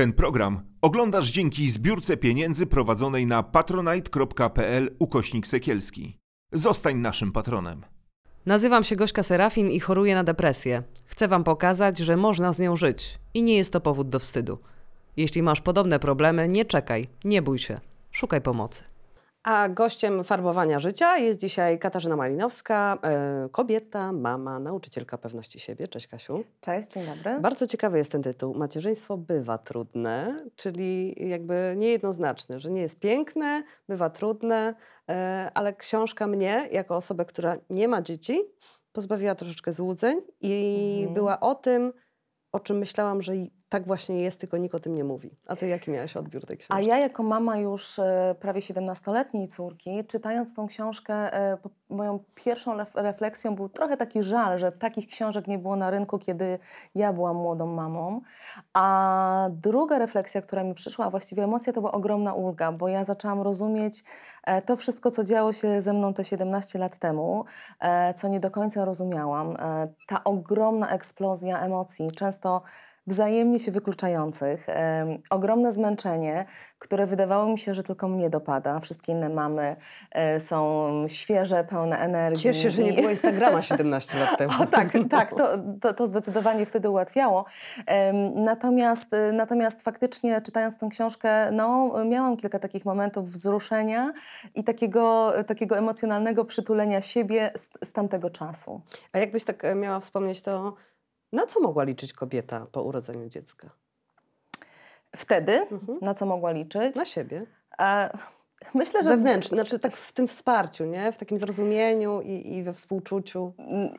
Ten program oglądasz dzięki zbiórce pieniędzy prowadzonej na patronite.pl/Sekielski. Zostań naszym patronem. Nazywam się Gośka Serafin i choruję na depresję. Chcę Wam pokazać, że można z nią żyć i nie jest to powód do wstydu. Jeśli masz podobne problemy, nie czekaj, nie bój się, szukaj pomocy. A gościem farbowania życia jest dzisiaj Katarzyna Malinowska, kobieta, mama, nauczycielka pewności siebie. Cześć Kasiu. Cześć, dzień dobry. Bardzo ciekawy jest ten tytuł. Macierzyństwo bywa trudne, czyli jakby niejednoznaczny, że nie jest piękne, bywa trudne, ale książka mnie, jako osobę, która nie ma dzieci, pozbawiła troszeczkę złudzeń i była o tym, o czym myślałam, że tak właśnie jest, tylko nikt o tym nie mówi. A ty jaki miałaś odbiór tej książki? A ja jako mama już prawie 17-letniej córki, czytając tą książkę, moją pierwszą refleksją był trochę taki żal, że takich książek nie było na rynku, kiedy ja byłam młodą mamą. A druga refleksja, która mi przyszła, a właściwie emocja, to była ogromna ulga, bo ja zaczęłam rozumieć to wszystko, co działo się ze mną te 17 lat temu, co nie do końca rozumiałam. Ta ogromna eksplozja emocji, często wzajemnie się wykluczających, ogromne zmęczenie, które wydawało mi się, że tylko mnie dopada. Wszystkie inne mamy są świeże, pełne energii. Cieszę się, że nie było Instagrama 17 lat temu. O, tak, to zdecydowanie wtedy ułatwiało. Natomiast faktycznie czytając tę książkę, miałam kilka takich momentów wzruszenia i takiego emocjonalnego przytulenia siebie z tamtego czasu. A jakbyś tak miała wspomnieć, to na co mogła liczyć kobieta po urodzeniu dziecka? Wtedy, na co mogła liczyć? Na siebie. Myślę, że wewnętrznie, znaczy tak w tym wsparciu, nie? W takim zrozumieniu i we współczuciu.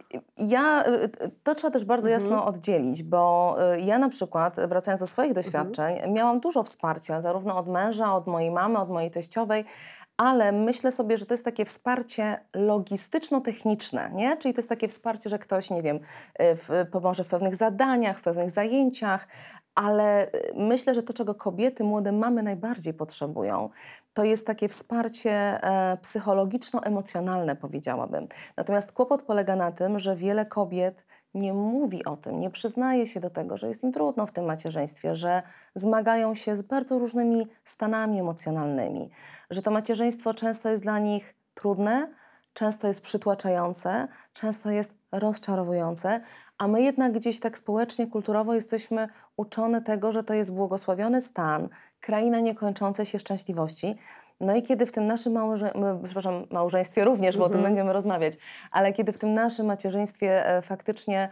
To trzeba też bardzo jasno oddzielić, bo ja na przykład, wracając do swoich doświadczeń, miałam dużo wsparcia, zarówno od męża, od mojej mamy, od mojej teściowej, ale myślę sobie, że to jest takie wsparcie logistyczno-techniczne, nie? Czyli to jest takie wsparcie, że ktoś, nie wiem, pomoże w pewnych zadaniach, w pewnych zajęciach, ale myślę, że to, czego kobiety, młode mamy najbardziej potrzebują, to jest takie wsparcie psychologiczno-emocjonalne, powiedziałabym. Natomiast kłopot polega na tym, że wiele kobiet nie mówi o tym, nie przyznaje się do tego, że jest im trudno w tym macierzyństwie, że zmagają się z bardzo różnymi stanami emocjonalnymi, że to macierzyństwo często jest dla nich trudne, często jest przytłaczające, często jest rozczarowujące, a my jednak gdzieś tak społecznie, kulturowo jesteśmy uczone tego, że to jest błogosławiony stan, kraina niekończącej się szczęśliwości. No i kiedy w tym naszym małżeństwie również, bo o tym będziemy rozmawiać, ale kiedy w tym naszym macierzyństwie faktycznie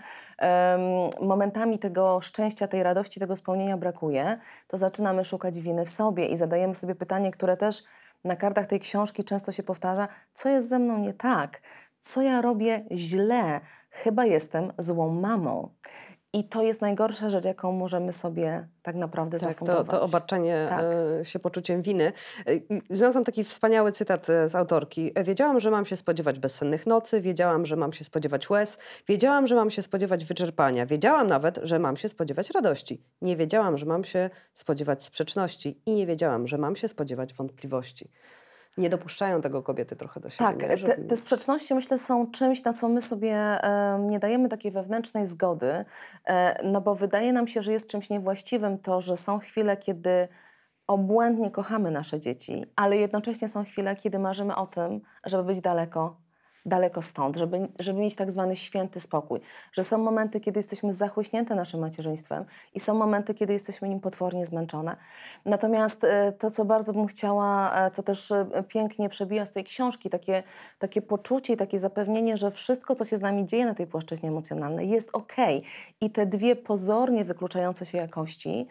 momentami tego szczęścia, tej radości, tego spełnienia brakuje, to zaczynamy szukać winy w sobie i zadajemy sobie pytanie, które też na kartach tej książki często się powtarza: co jest ze mną nie tak? Co ja robię źle? Chyba jestem złą mamą. I to jest najgorsza rzecz, jaką możemy sobie tak naprawdę zafundować. To obarczenie się poczuciem winy. Znalazłam taki wspaniały cytat z autorki. Wiedziałam, że mam się spodziewać bezsennych nocy, wiedziałam, że mam się spodziewać łez, wiedziałam, że mam się spodziewać wyczerpania, wiedziałam nawet, że mam się spodziewać radości. Nie wiedziałam, że mam się spodziewać sprzeczności i nie wiedziałam, że mam się spodziewać wątpliwości. Nie dopuszczają tego kobiety trochę do siebie. Tak, te sprzeczności, myślę, są czymś, na co my sobie nie dajemy takiej wewnętrznej zgody, no bo wydaje nam się, że jest czymś niewłaściwym to, że są chwile, kiedy obłędnie kochamy nasze dzieci, ale jednocześnie są chwile, kiedy marzymy o tym, żeby być daleko stąd, żeby mieć tak zwany święty spokój. Że są momenty, kiedy jesteśmy zachłyśnięte naszym macierzyństwem i są momenty, kiedy jesteśmy nim potwornie zmęczone. Natomiast to, co bardzo bym chciała, co też pięknie przebija z tej książki, takie poczucie i takie zapewnienie, że wszystko, co się z nami dzieje na tej płaszczyźnie emocjonalnej, jest okej. I te dwie pozornie wykluczające się jakości,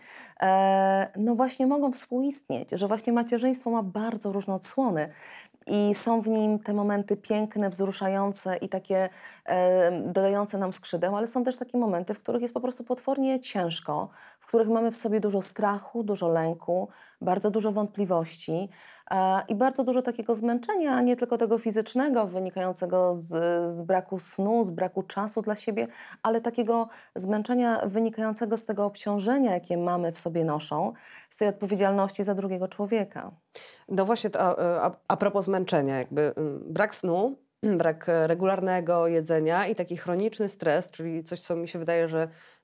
no właśnie mogą współistnieć, że właśnie macierzyństwo ma bardzo różne odsłony. I są w nim te momenty piękne, wzruszające i takie dodające nam skrzydeł, ale są też takie momenty, w których jest po prostu potwornie ciężko, w których mamy w sobie dużo strachu, dużo lęku, bardzo dużo wątpliwości i bardzo dużo takiego zmęczenia, nie tylko tego fizycznego, wynikającego z braku snu, z braku czasu dla siebie, ale takiego zmęczenia wynikającego z tego obciążenia, jakie mamy w sobie noszą, z tej odpowiedzialności za drugiego człowieka. No właśnie, a propos zmęczenia, jakby brak snu, brak regularnego jedzenia i taki chroniczny stres, czyli coś, co mi się wydaje, że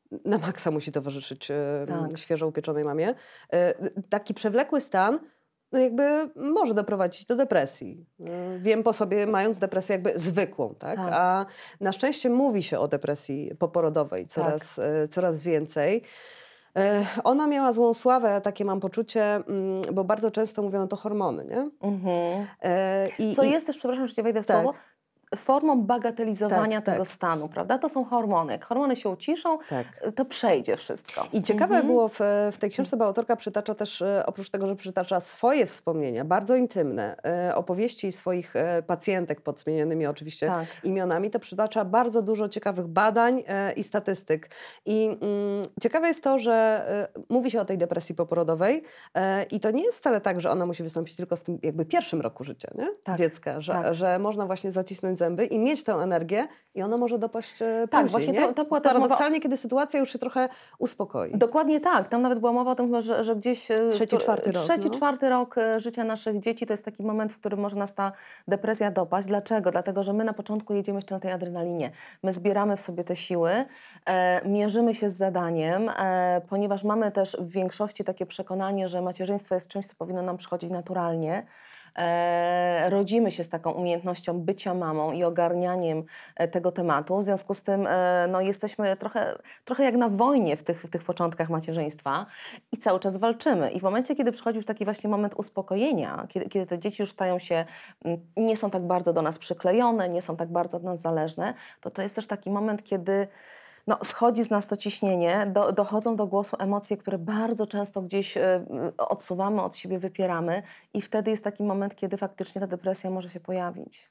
na maksa musi towarzyszyć Tak. świeżo upieczonej mamie. Taki przewlekły stan no jakby może doprowadzić do depresji. Wiem po sobie, mając depresję jakby zwykłą, tak? Tak. A na szczęście mówi się o depresji poporodowej coraz więcej. Ona miała złą sławę, takie mam poczucie, bo bardzo często mówiono to hormony, nie? Mhm. Co jest też, przepraszam, że cię wejdę w Tak. słowo, formą bagatelizowania Tak, tego stanu, prawda? To są hormony. Jak hormony się uciszą, Tak. to przejdzie wszystko. I ciekawe było w tej książce, bo autorka przytacza też, oprócz tego, że przytacza swoje wspomnienia, bardzo intymne, opowieści swoich pacjentek pod zmienionymi oczywiście Tak. imionami, to przytacza bardzo dużo ciekawych badań i statystyk. I ciekawe jest to, że mówi się o tej depresji poporodowej i to nie jest wcale tak, że ona musi wystąpić tylko w tym jakby pierwszym roku życia, nie? Tak, Dziecka, że można właśnie zacisnąć zęby i mieć tę energię i ona może dopaść później, właśnie nie? to była też paradoksalnie, kiedy sytuacja już się trochę uspokoi. Dokładnie tak. Tam nawet była mowa o tym, że gdzieś Trzeci, czwarty rok życia naszych dzieci to jest taki moment, w którym może nas ta depresja dopaść. Dlaczego? Dlatego, że my na początku jedziemy jeszcze na tej adrenalinie. My zbieramy w sobie te siły, mierzymy się z zadaniem, ponieważ mamy też w większości takie przekonanie, że macierzyństwo jest czymś, co powinno nam przychodzić naturalnie. Rodzimy się z taką umiejętnością bycia mamą i ogarnianiem tego tematu. W związku z tym no, jesteśmy trochę jak na wojnie w tych początkach macierzyństwa i cały czas walczymy. I w momencie, kiedy przychodzi już taki właśnie moment uspokojenia, kiedy te dzieci już stają się, nie są tak bardzo do nas przyklejone, nie są tak bardzo od nas zależne, to jest też taki moment, kiedy no, schodzi z nas to ciśnienie, dochodzą do głosu emocje, które bardzo często gdzieś odsuwamy od siebie, wypieramy i wtedy jest taki moment, kiedy faktycznie ta depresja może się pojawić.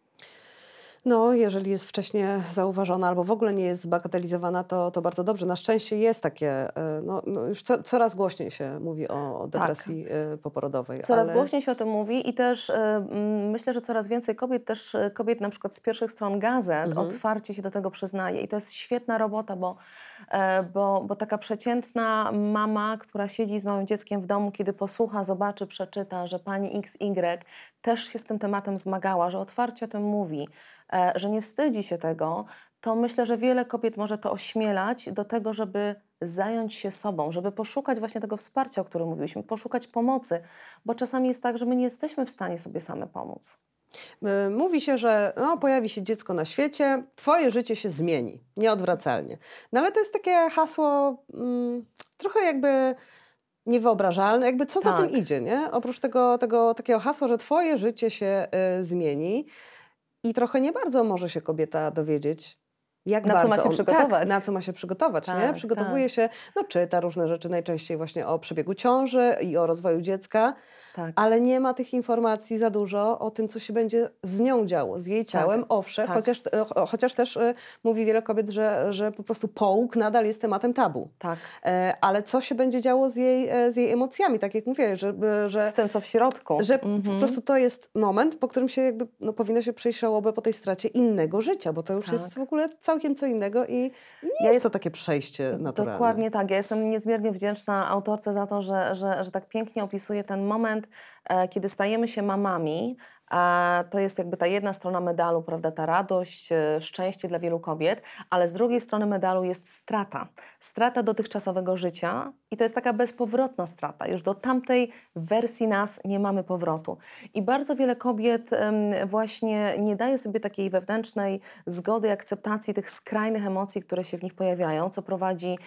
No, jeżeli jest wcześniej zauważona albo w ogóle nie jest zbagatelizowana, to bardzo dobrze. Na szczęście jest takie, no już coraz głośniej się mówi o depresji poporodowej. Coraz głośniej się o tym mówi i też myślę, że coraz więcej kobiet na przykład z pierwszych stron gazet otwarcie się do tego przyznaje. I to jest świetna robota, bo taka przeciętna mama, która siedzi z małym dzieckiem w domu, kiedy posłucha, zobaczy, przeczyta, że pani XY też się z tym tematem zmagała, że otwarcie o tym mówi, że nie wstydzi się tego, to myślę, że wiele kobiet może to ośmielać do tego, żeby zająć się sobą, żeby poszukać właśnie tego wsparcia, o którym mówiliśmy, poszukać pomocy, bo czasami jest tak, że my nie jesteśmy w stanie sobie same pomóc. Mówi się, że no, pojawi się dziecko na świecie, twoje życie się zmieni, nieodwracalnie. No ale to jest takie hasło trochę jakby niewyobrażalne, jakby co za tym idzie, nie? Oprócz tego takiego hasła, że twoje życie się zmieni i trochę nie bardzo może się kobieta dowiedzieć, na co ma się przygotować. Tak, na co ma się przygotować, nie? Przygotowuje się, no czyta różne rzeczy, najczęściej właśnie o przebiegu ciąży i o rozwoju dziecka, ale nie ma tych informacji za dużo o tym, co się będzie z nią działo, z jej ciałem, owszem, chociaż też mówi wiele kobiet, że po prostu połóg nadal jest tematem tabu. Tak. Ale co się będzie działo z jej emocjami, tak jak mówię, że z tym, co w środku. Że po prostu to jest moment, po którym się jakby, no, powinno się przejść żałobę po tej stracie innego życia, bo to już jest w ogóle całkiem co innego i nie jest to takie przejście naturalne. Dokładnie tak. Ja jestem niezmiernie wdzięczna autorce za to, że tak pięknie opisuje ten moment, kiedy stajemy się mamami. To jest jakby ta jedna strona medalu, prawda, ta radość, szczęście dla wielu kobiet, ale z drugiej strony medalu jest strata. Strata dotychczasowego życia i to jest taka bezpowrotna strata. Już do tamtej wersji nas nie mamy powrotu. I bardzo wiele kobiet właśnie nie daje sobie takiej wewnętrznej zgody, akceptacji tych skrajnych emocji, które się w nich pojawiają, co prowadzi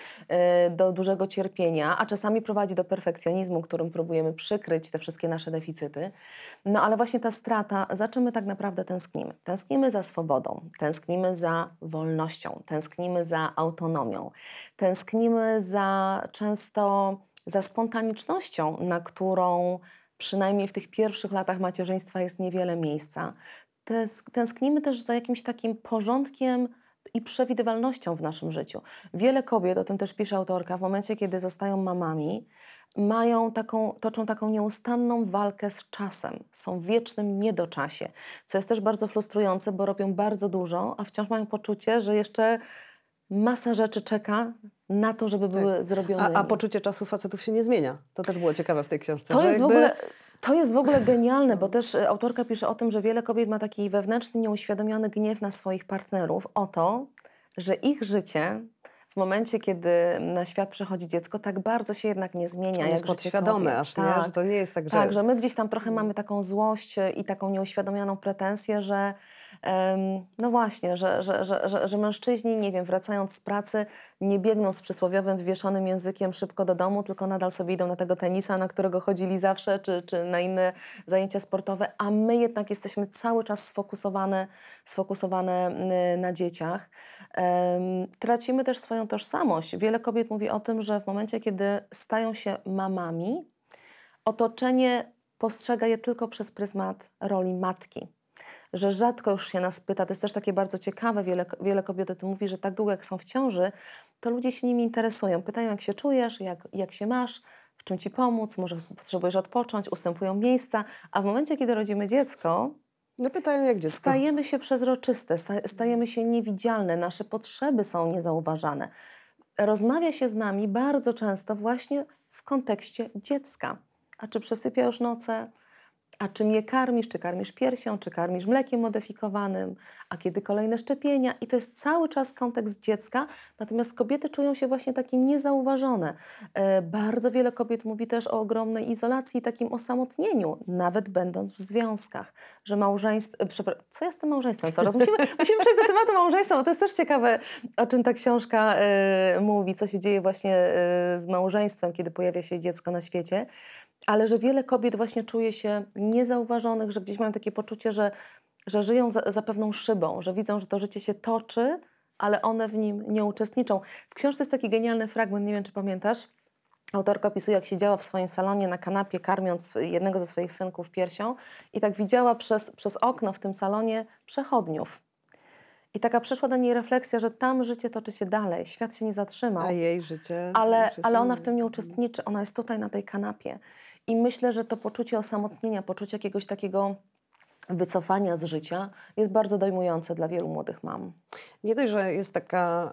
do dużego cierpienia, a czasami prowadzi do perfekcjonizmu, którym próbujemy przykryć te wszystkie nasze deficyty. No ale właśnie ta strata, za czym my tak naprawdę tęsknimy? Tęsknimy za swobodą, tęsknimy za wolnością, tęsknimy za autonomią, tęsknimy często za spontanicznością, na którą przynajmniej w tych pierwszych latach macierzyństwa jest niewiele miejsca. Tęsknimy też za jakimś takim porządkiem i przewidywalnością w naszym życiu. Wiele kobiet, o tym też pisze autorka, w momencie, kiedy zostają mamami, toczą taką nieustanną walkę z czasem. Są w wiecznym niedoczasie, co jest też bardzo frustrujące, bo robią bardzo dużo, a wciąż mają poczucie, że jeszcze masa rzeczy czeka na to, żeby były zrobione. A poczucie czasu facetów się nie zmienia. To też było ciekawe w tej książce. To jest w ogóle genialne, bo też autorka pisze o tym, że wiele kobiet ma taki wewnętrzny, nieuświadomiony gniew na swoich partnerów o to, że ich życie w momencie, kiedy na świat przychodzi dziecko, tak bardzo się jednak nie zmienia. On jest jak życie podświadomy kobiet. aż, nie? Że to nie jest tak, że... Tak, że my gdzieś tam trochę mamy taką złość i taką nieuświadomioną pretensję, że no właśnie, że mężczyźni, nie wiem, wracając z pracy, nie biegną z przysłowiowym wywieszonym językiem szybko do domu, tylko nadal sobie idą na tego tenisa, na którego chodzili zawsze, czy na inne zajęcia sportowe, a my jednak jesteśmy cały czas sfokusowane na dzieciach. Tracimy też swoją tożsamość. Wiele kobiet mówi o tym, że w momencie, kiedy stają się mamami, otoczenie postrzega je tylko przez pryzmat roli matki. Że rzadko już się nas pyta, to jest też takie bardzo ciekawe, wiele kobiet o tym mówi, że tak długo jak są w ciąży, to ludzie się nimi interesują. Pytają, jak się czujesz, jak się masz, w czym ci pomóc, może potrzebujesz odpocząć, ustępują miejsca, a w momencie, kiedy rodzimy dziecko, No pytają, jak dziecko. stajemy się przezroczyste, stajemy się niewidzialne, nasze potrzeby są niezauważane. Rozmawia się z nami bardzo często właśnie w kontekście dziecka. A czy przesypia już noce? A czym je karmisz? Czy karmisz piersią? Czy karmisz mlekiem modyfikowanym? A kiedy kolejne szczepienia? I to jest cały czas kontekst dziecka, natomiast kobiety czują się właśnie takie niezauważone. Bardzo wiele kobiet mówi też o ogromnej izolacji i takim osamotnieniu, nawet będąc w związkach, że małżeństwo... Co ja z tym małżeństwem? Coraz musimy przejść do tematu małżeństwa, bo to jest też ciekawe, o czym ta książka mówi, co się dzieje właśnie z małżeństwem, kiedy pojawia się dziecko na świecie. Ale że wiele kobiet właśnie czuje się niezauważonych, że gdzieś mają takie poczucie, że żyją za pewną szybą, że widzą, że to życie się toczy, ale one w nim nie uczestniczą. W książce jest taki genialny fragment, nie wiem, czy pamiętasz. Autorka opisuje, jak siedziała w swoim salonie na kanapie, karmiąc jednego ze swoich synków piersią i tak widziała przez okno w tym salonie przechodniów. I taka przyszła do niej refleksja, że tam życie toczy się dalej, świat się nie zatrzymał. A jej życie... Ale ona w tym nie uczestniczy, ona jest tutaj na tej kanapie. I myślę, że to poczucie osamotnienia, poczucie jakiegoś takiego wycofania z życia jest bardzo dojmujące dla wielu młodych mam. Nie dość, że jest taka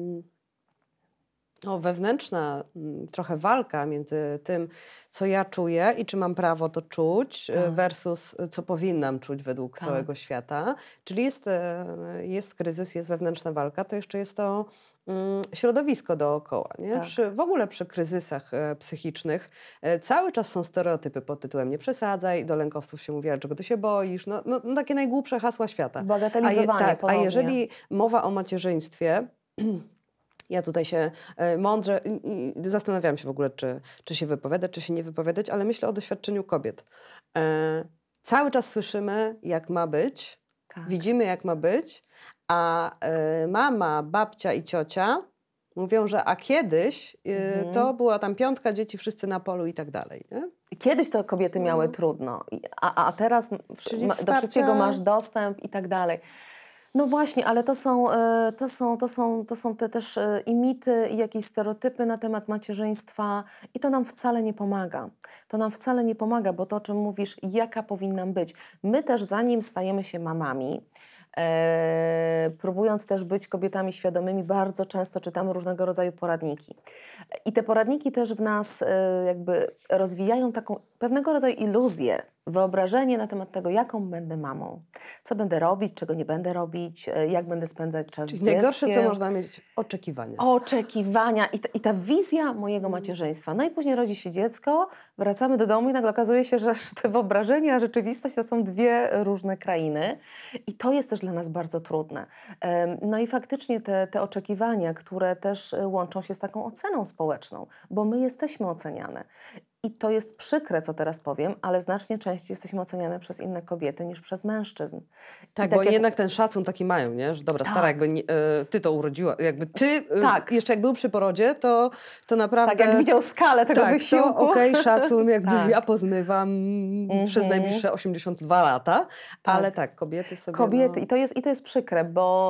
wewnętrzna trochę walka między tym, co ja czuję i czy mam prawo to czuć, versus co powinnam czuć według całego świata. Czyli jest kryzys, jest wewnętrzna walka, to jeszcze jest to środowisko dookoła. Nie? Tak. W ogóle przy kryzysach psychicznych cały czas są stereotypy pod tytułem nie przesadzaj, do lękowców się mówi, ale czego ty się boisz, no takie najgłupsze hasła świata. Bagatelizowanie A jeżeli mowa o macierzyństwie, ja tutaj się mądrze zastanawiałam się w ogóle, czy się wypowiadać, czy się nie wypowiadać, ale myślę o doświadczeniu kobiet. Cały czas słyszymy, jak ma być, widzimy, jak ma być, a mama, babcia i ciocia mówią, że a kiedyś to była tam 5 dzieci, wszyscy na polu i tak dalej. Nie? Kiedyś to kobiety miały trudno, a teraz do wszystkiego masz dostęp i tak dalej. No właśnie, ale to są te też i mity, i jakieś stereotypy na temat macierzyństwa i to nam wcale nie pomaga. To nam wcale nie pomaga, bo to, o czym mówisz, jaka powinnam być. My też, zanim stajemy się mamami, próbując też być kobietami świadomymi, bardzo często czytamy różnego rodzaju poradniki. I te poradniki też w nas jakby rozwijają taką pewnego rodzaju iluzję, wyobrażenie na temat tego, jaką będę mamą, co będę robić, czego nie będę robić, jak będę spędzać czas z dzieckiem. Najgorsze, co można mieć, oczekiwania. Oczekiwania i ta wizja mojego macierzyństwa. No i później rodzi się dziecko, wracamy do domu i nagle okazuje się, że te wyobrażenia, a rzeczywistość to są dwie różne krainy. I to jest też dla nas bardzo trudne. No i faktycznie te oczekiwania, które też łączą się z taką oceną społeczną, bo my jesteśmy oceniane. I to jest przykre, co teraz powiem, ale znacznie częściej jesteśmy oceniane przez inne kobiety niż przez mężczyzn. Tak, bo jednak ten szacun taki mają, nie? Że dobra, stara, jakby ty to urodziła, jakby ty jeszcze jak był przy porodzie, to naprawdę... Tak, jak widział skalę tego wysiłku. To okej, szacun, jakby ja pozmywam przez najbliższe 82 lata, ale kobiety sobie... Kobiety, i to jest przykre,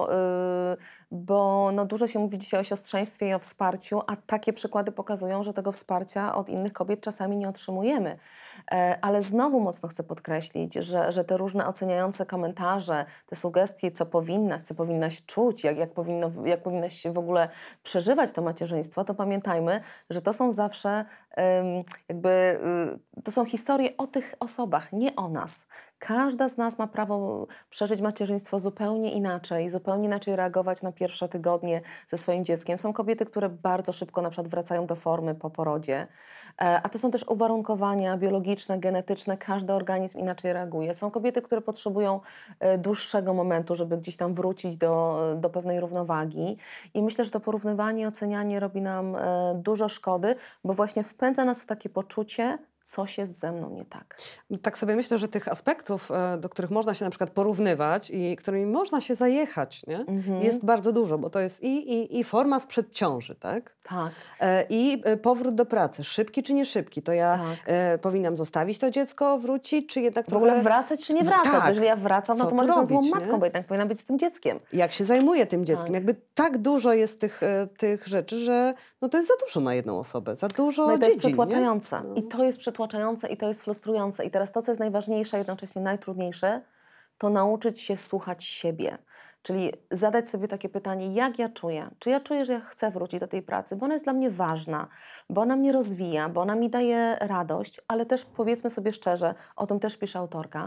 bo dużo się mówi dzisiaj o siostrzeństwie i o wsparciu, a takie przykłady pokazują, że tego wsparcia od innych kobiet czasami nie otrzymujemy. Ale znowu mocno chcę podkreślić, że te różne oceniające komentarze, te sugestie, co powinnaś czuć, jak powinnaś w ogóle przeżywać to macierzyństwo, to pamiętajmy, że to są zawsze to są historie o tych osobach, nie o nas. Każda z nas ma prawo przeżyć macierzyństwo zupełnie inaczej reagować na pierwsze tygodnie ze swoim dzieckiem. Są kobiety, które bardzo szybko na przykład wracają do formy po porodzie, a to są też uwarunkowania biologiczne, genetyczne, każdy organizm inaczej reaguje. Są kobiety, które potrzebują dłuższego momentu, żeby gdzieś tam wrócić do pewnej równowagi i myślę, że to porównywanie, ocenianie robi nam dużo szkody, bo właśnie wpędza nas w takie poczucie, coś jest ze mną nie tak. Tak sobie myślę, że tych aspektów, do których można się na przykład porównywać i którymi można się zajechać, nie? Jest bardzo dużo, bo to jest i forma sprzed ciąży, tak? Tak. I powrót do pracy. Szybki czy nie szybki? To ja powinnam zostawić to dziecko, wrócić, czy jednak W ogóle wracać czy nie wracać? Tak. Bo jeżeli ja wracam, no Co to tu może jestem złą robić, matką, nie? bo jednak powinna być z tym dzieckiem. Jak się zajmuje tym dzieckiem. Tak. Jakby tak dużo jest tych rzeczy, że no to jest za dużo na jedną osobę. Za dużo No i to jest dziedzin, nie? przytłaczające. No. I to jest przytłaczające i to jest frustrujące. I teraz to, co jest najważniejsze, a jednocześnie najtrudniejsze, to nauczyć się słuchać siebie. Czyli zadać sobie takie pytanie, jak ja czuję? Czy ja czuję, że ja chcę wrócić do tej pracy, bo ona jest dla mnie ważna, bo ona mnie rozwija, bo ona mi daje radość, ale też powiedzmy sobie szczerze, o tym też pisze autorka,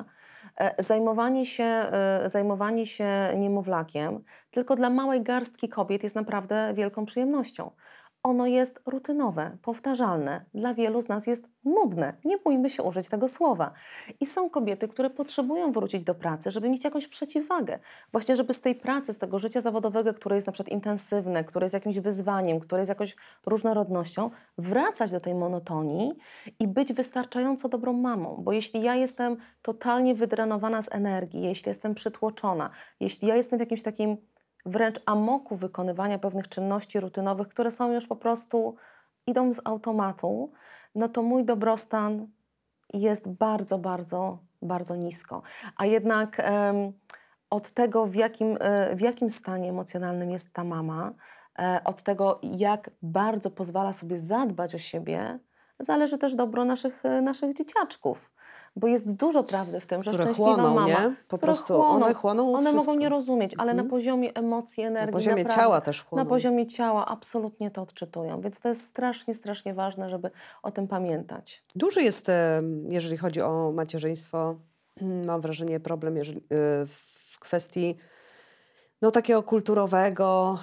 zajmowanie się niemowlakiem tylko dla małej garstki kobiet jest naprawdę wielką przyjemnością. Ono jest rutynowe, powtarzalne. Dla wielu z nas jest nudne. Nie bójmy się użyć tego słowa. I są kobiety, które potrzebują wrócić do pracy, żeby mieć jakąś przeciwwagę. Właśnie, żeby z tej pracy, z tego życia zawodowego, które jest na przykład intensywne, które jest jakimś wyzwaniem, które jest jakąś różnorodnością, wracać do tej monotonii i być wystarczająco dobrą mamą. Bo jeśli ja jestem totalnie wydrenowana z energii, jeśli jestem przytłoczona, jeśli ja jestem w jakimś takim wręcz amoku wykonywania pewnych czynności rutynowych, które są już po prostu, idą z automatu, no to mój dobrostan jest bardzo, bardzo, bardzo nisko. A jednak od tego, w jakim stanie emocjonalnym jest ta mama, od tego, jak bardzo pozwala sobie zadbać o siebie, zależy też dobro naszych dzieciaczków. Bo jest dużo prawdy w tym, że Które szczęśliwa chłoną, mama, nie? Po które prostu one chłoną One wszystko. mogą nie rozumieć, ale na poziomie emocji, energii, Na poziomie naprawdę, ciała też chłoną. na poziomie ciała absolutnie to odczytują. Więc to jest strasznie, strasznie ważne, żeby o tym pamiętać. Duży jest, jeżeli chodzi o macierzyństwo, mam wrażenie, problem w kwestii no, takiego kulturowego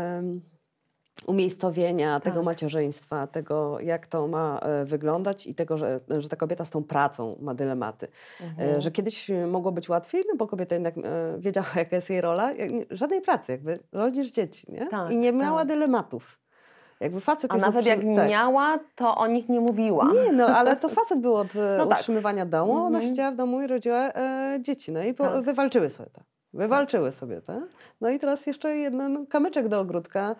umiejscowienia tego macierzyństwa, tego jak to ma wyglądać i tego, że ta kobieta z tą pracą ma dylematy. Że kiedyś mogło być łatwiej, no bo kobieta jednak wiedziała, jaka jest jej rola. Żadnej pracy, jakby rodzisz dzieci, nie? Tak, I nie miała tak. dylematów. Jakby facet A jest nawet jak tak. miała, to o nich nie mówiła. Nie, no ale to facet był od No tak. utrzymywania domu, ona siedziała w domu i rodziła dzieci. No i Tak. wywalczyły sobie to. Wywalczyły sobie to. No i teraz jeszcze jeden kamyczek do ogródka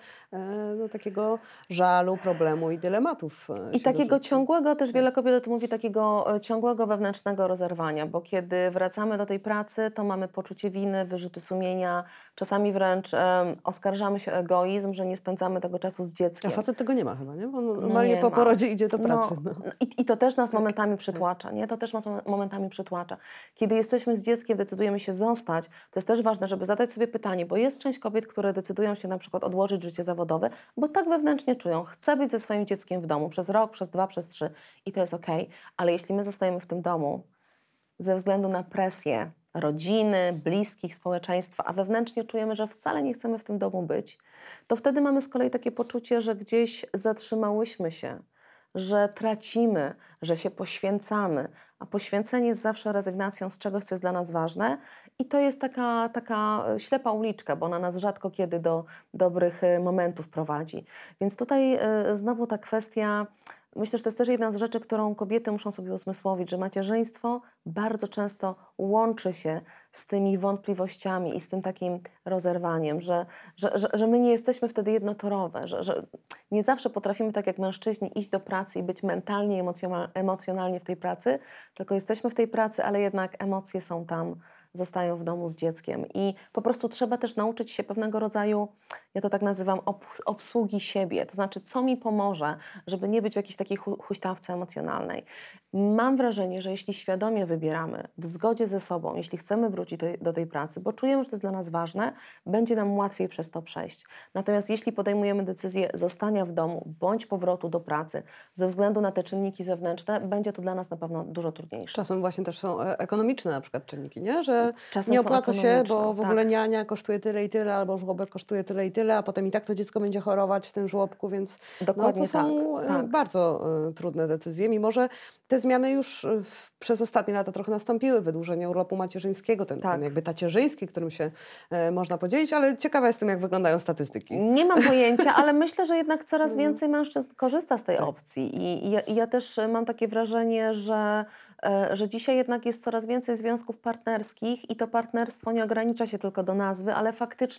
takiego żalu, problemu i dylematów. I się takiego dorzuci. ciągłego, też wiele kobiet o tym mówi, takiego ciągłego wewnętrznego rozerwania, bo kiedy wracamy do tej pracy, to mamy poczucie winy, wyrzuty sumienia, czasami wręcz oskarżamy się o egoizm, że nie spędzamy tego czasu z A dzieckiem. facet tego nie ma chyba, nie? Bo on No normalnie nie po ma. porodzie idzie do pracy. No. I to też nas momentami przytłacza, nie? To też nas momentami przytłacza. Kiedy jesteśmy z dzieckiem, decydujemy się zostać, to jest też ważne, żeby zadać sobie pytanie, bo jest część kobiet, które decydują się na przykład odłożyć życie zawodowe, bo tak wewnętrznie czują, chcę być ze swoim dzieckiem w domu przez rok, przez 2, przez 3 i to jest okej. Ale jeśli my zostajemy w tym domu ze względu na presję rodziny, bliskich, społeczeństwa, a wewnętrznie czujemy, że wcale nie chcemy w tym domu być, to wtedy mamy z kolei takie poczucie, że gdzieś zatrzymałyśmy się, że tracimy, że się poświęcamy, a poświęcenie jest zawsze rezygnacją z czegoś, co jest dla nas ważne i to jest taka ślepa uliczka, bo ona nas rzadko kiedy do dobrych momentów prowadzi. Więc tutaj znowu ta kwestia, myślę, że to jest też jedna z rzeczy, którą kobiety muszą sobie uzmysłowić, że macierzyństwo bardzo często łączy się z tymi wątpliwościami i z tym takim rozerwaniem, że my nie jesteśmy wtedy jednotorowe, że nie zawsze potrafimy tak jak mężczyźni iść do pracy i być mentalnie i emocjonalnie w tej pracy, tylko jesteśmy w tej pracy, ale jednak emocje są tam, zostają w domu z dzieckiem. I po prostu trzeba też nauczyć się pewnego rodzaju, ja to tak nazywam, obsługi siebie. To znaczy, co mi pomoże, żeby nie być w jakiejś takiej huśtawce emocjonalnej. Mam wrażenie, że jeśli świadomie wybieramy, w zgodzie ze sobą, jeśli chcemy wrócić do tej pracy, bo czujemy, że to jest dla nas ważne, będzie nam łatwiej przez to przejść. Natomiast jeśli podejmujemy decyzję zostania w domu bądź powrotu do pracy ze względu na te czynniki zewnętrzne, będzie to dla nas na pewno dużo trudniejsze. Czasem właśnie też są ekonomiczne na przykład czynniki, nie? Że Czasem nie są opłaca się, ekonomiczne, bo w ogóle tak. niania kosztuje tyle i tyle, albo żłobek kosztuje tyle i tyle, a potem i tak to dziecko będzie chorować w tym żłobku, więc Dokładnie to są tak. bardzo trudne decyzje, mimo że te zmiany już przez ostatnie lata trochę nastąpiły. Wydłużenie urlopu macierzyńskiego, ten Tak. jakby tacierzyński, którym się można podzielić, ale ciekawa jestem, jak wyglądają statystyki. Nie mam pojęcia, ale myślę, że jednak coraz więcej mężczyzn korzysta z tej opcji. I ja też mam takie wrażenie, że dzisiaj jednak jest coraz więcej związków partnerskich i to partnerstwo nie ogranicza się tylko do nazwy, ale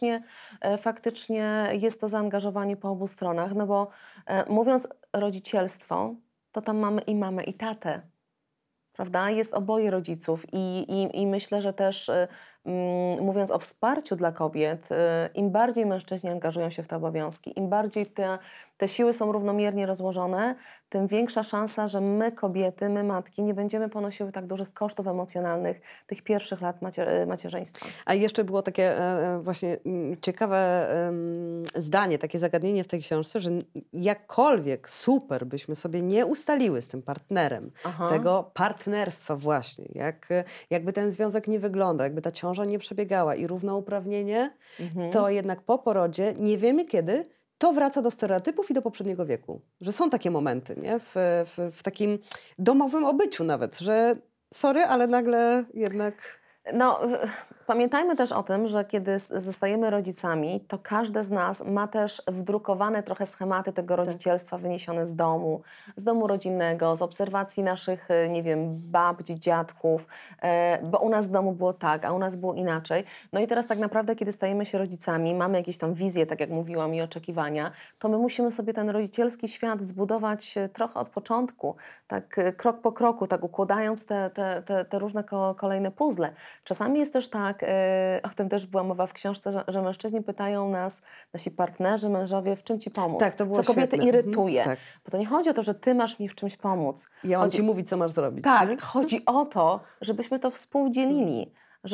faktycznie jest to zaangażowanie po obu stronach. No bo mówiąc rodzicielstwo, to tam mamy i mamę, i tatę. Prawda? Jest oboje rodziców i myślę, że też mówiąc o wsparciu dla kobiet, im bardziej mężczyźni angażują się w te obowiązki, im bardziej te siły są równomiernie rozłożone, tym większa szansa, że my kobiety, my matki nie będziemy ponosiły tak dużych kosztów emocjonalnych tych pierwszych lat macierzyństwa. A jeszcze było takie właśnie ciekawe zdanie, takie zagadnienie w tej książce, że jakkolwiek super byśmy sobie nie ustaliły z tym partnerem, Aha. tego partnerstwa właśnie, jakby ten związek nie wyglądał, jakby ta ciąża nie przebiegała i równouprawnienie, to jednak po porodzie nie wiemy kiedy, to wraca do stereotypów i do poprzedniego wieku. Że są takie momenty, nie? W takim domowym obyciu nawet, że sorry, ale nagle jednak... No, pamiętajmy też o tym, że kiedy zostajemy rodzicami, to każdy z nas ma też wdrukowane trochę schematy tego rodzicielstwa wyniesione z domu rodzinnego, z obserwacji naszych, nie wiem, babci, dziadków, bo u nas w domu było tak, a u nas było inaczej. No i teraz tak naprawdę, kiedy stajemy się rodzicami, mamy jakieś tam wizje, tak jak mówiłam, i oczekiwania, to my musimy sobie ten rodzicielski świat zbudować trochę od początku, tak krok po kroku, tak układając te różne kolejne puzzle. Czasami jest też tak, o tym też była mowa w książce, że mężczyźni pytają nas, nasi partnerzy, mężowie, w czym ci pomóc? Tak, to było co kobiety świetne. irytuje. Tak. Bo to nie chodzi o to, że ty masz mi w czymś pomóc. Ja mam Chodzi- ci mówić, co masz zrobić. Tak, nie? chodzi o to, żebyśmy to współdzielili.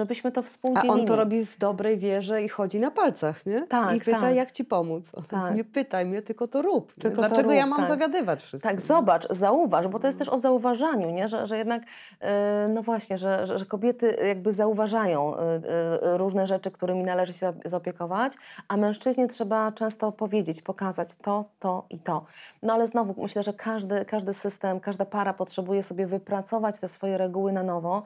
A on to robi w dobrej wierze i chodzi na palcach, nie? Tak, I pyta, tak. jak ci pomóc. On Tak. Nie pytaj mnie, tylko to rób. nie? Tylko to Dlaczego ja rób, mam tak. zawiadywać wszystkim? Tak, zobacz, zauważ, bo to jest też o zauważaniu, nie? Że jednak, no właśnie, że kobiety jakby zauważają różne rzeczy, którymi należy się zaopiekować, a mężczyźnie trzeba często powiedzieć, pokazać to i to. No ale znowu myślę, że każdy system, każda para potrzebuje sobie wypracować te swoje reguły na nowo,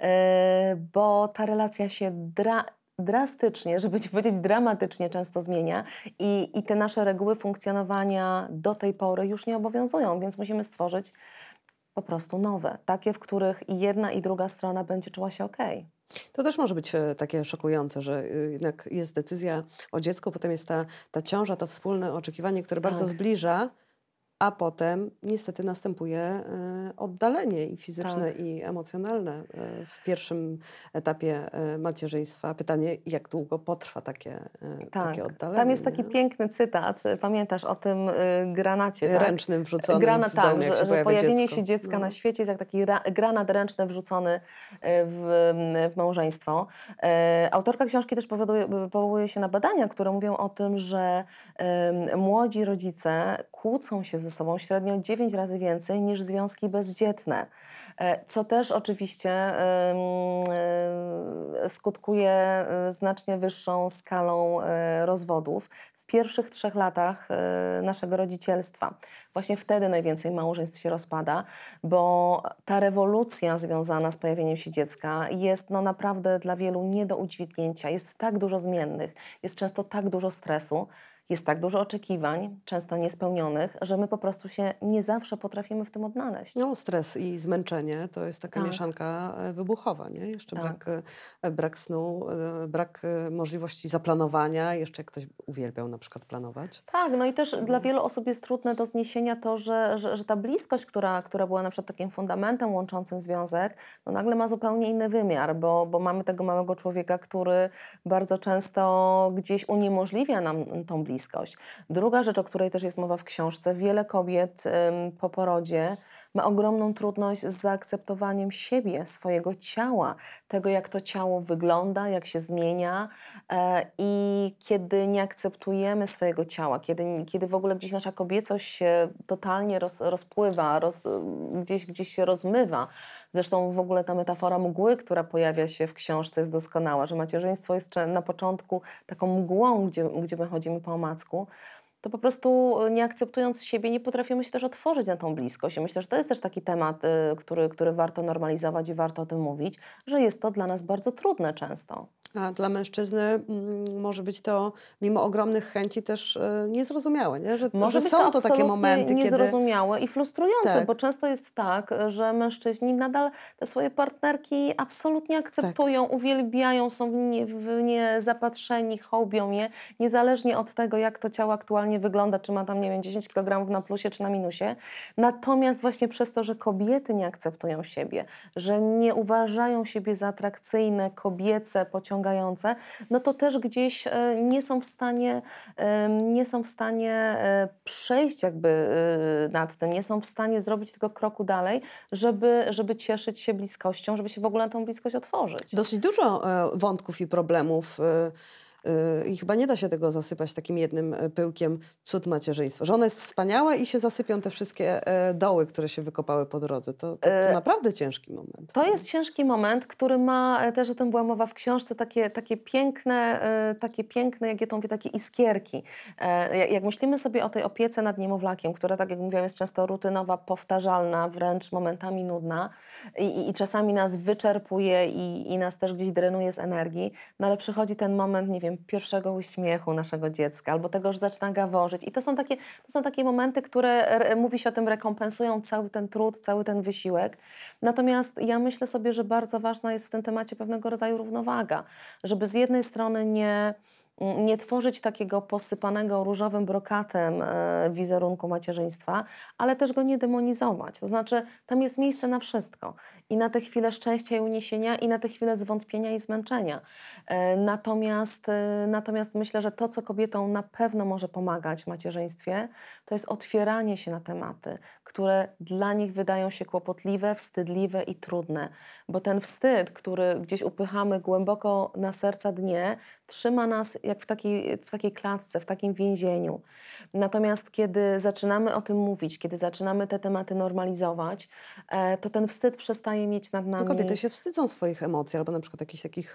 bo ta relacja się drastycznie, żeby nie powiedzieć dramatycznie często zmienia i te nasze reguły funkcjonowania do tej pory już nie obowiązują, więc musimy stworzyć po prostu nowe, takie, w których i jedna i druga strona będzie czuła się okej. To też może być takie szokujące, że jednak jest decyzja o dziecku, potem jest ta ciąża, to wspólne oczekiwanie, które bardzo Tak. zbliża, a potem niestety następuje oddalenie i fizyczne, i emocjonalne w pierwszym etapie macierzyństwa. Pytanie, jak długo potrwa takie oddalenie. Tam jest taki nie? piękny cytat, pamiętasz o tym granacie, tak? Ręcznym wrzuconym Granat, w domu, tak, jak się że pojawia pojawienie dziecko. się dziecka No. na świecie jest jak taki granat ręczny wrzucony w małżeństwo. Autorka książki też powołuje się na badania, które mówią o tym, że młodzi rodzice kłócą się ze sobą średnio 9 razy więcej niż związki bezdzietne. Co też oczywiście skutkuje znacznie wyższą skalą rozwodów w pierwszych 3 latach naszego rodzicielstwa. Właśnie wtedy najwięcej małżeństw się rozpada, bo ta rewolucja związana z pojawieniem się dziecka jest no naprawdę dla wielu nie do udźwignięcia. Jest tak dużo zmiennych, jest często tak dużo stresu, jest tak dużo oczekiwań, często niespełnionych, że my po prostu się nie zawsze potrafimy w tym odnaleźć. No, stres i zmęczenie to jest taka Tak. mieszanka wybuchowa, nie? Jeszcze Tak. brak snu, brak możliwości zaplanowania, jeszcze jak ktoś uwielbiał na przykład planować. Tak, no i też dla wielu osób jest trudne do zniesienia to, że ta bliskość, która była na przykład takim fundamentem łączącym związek, no nagle ma zupełnie inny wymiar, bo mamy tego małego człowieka, który bardzo często gdzieś uniemożliwia nam tą bliskość. Druga rzecz, o której też jest mowa w książce, wiele kobiet po porodzie ma ogromną trudność z zaakceptowaniem siebie, swojego ciała, tego jak to ciało wygląda, jak się zmienia i kiedy nie akceptujemy swojego ciała, kiedy w ogóle gdzieś nasza kobiecość się totalnie rozpływa, gdzieś się rozmywa. Zresztą w ogóle ta metafora mgły, która pojawia się w książce jest doskonała, że macierzyństwo jest na początku taką mgłą, gdzie my chodzimy po omacku, to po prostu nie akceptując siebie, nie potrafimy się też otworzyć na tą bliskość. I myślę, że to jest też taki temat, który warto normalizować i warto o tym mówić, że jest to dla nas bardzo trudne często. A dla mężczyzny może być to mimo ogromnych chęci też niezrozumiałe, nie? Że Być są to takie absolutnie momenty, kiedy... niezrozumiałe i frustrujące, Tak. bo często jest tak, że mężczyźni nadal te swoje partnerki absolutnie akceptują, uwielbiają, są w nie zapatrzeni, hołbią je, niezależnie od tego, jak to ciało aktualnie wygląda, czy ma tam, nie wiem, 10 kg na plusie, czy na minusie. Natomiast właśnie przez to, że kobiety nie akceptują siebie, że nie uważają siebie za atrakcyjne, kobiece, pociągające, no to też gdzieś nie są w stanie przejść jakby nad tym, nie są w stanie zrobić tego kroku dalej, żeby cieszyć się bliskością, żeby się w ogóle na tą bliskość otworzyć. Dosyć dużo wątków i problemów i chyba nie da się tego zasypać takim jednym pyłkiem cud macierzyństwa. Że ono jest wspaniałe i się zasypią te wszystkie doły, które się wykopały po drodze. To naprawdę ciężki moment. To jest ciężki moment, który ma, też o tym była mowa w książce, takie piękne, jak ja to mówię, takie iskierki. Jak myślimy sobie o tej opiece nad niemowlakiem, która, tak jak mówiłam, jest często rutynowa, powtarzalna, wręcz momentami nudna i czasami nas wyczerpuje i nas też gdzieś drenuje z energii, no ale przychodzi ten moment, nie wiem, pierwszego uśmiechu naszego dziecka albo tego, że zaczyna gaworzyć. I to są takie momenty, które, mówi się o tym, rekompensują cały ten trud, cały ten wysiłek. Natomiast ja myślę sobie, że bardzo ważna jest w tym temacie pewnego rodzaju równowaga, żeby z jednej strony nie tworzyć takiego posypanego różowym brokatem wizerunku macierzyństwa, ale też go nie demonizować. To znaczy, tam jest miejsce na wszystko. I na te chwile szczęścia i uniesienia, i na te chwile zwątpienia i zmęczenia. Natomiast myślę, że to, co kobietom na pewno może pomagać w macierzyństwie, to jest otwieranie się na tematy, które dla nich wydają się kłopotliwe, wstydliwe i trudne. Bo ten wstyd, który gdzieś upychamy głęboko na serca dnie, trzyma nas jak w takiej klatce, w takim więzieniu. Natomiast kiedy zaczynamy o tym mówić, kiedy zaczynamy te tematy normalizować, to ten wstyd przestaje mieć nad nami... No, kobiety się wstydzą swoich emocji albo na przykład jakichś takich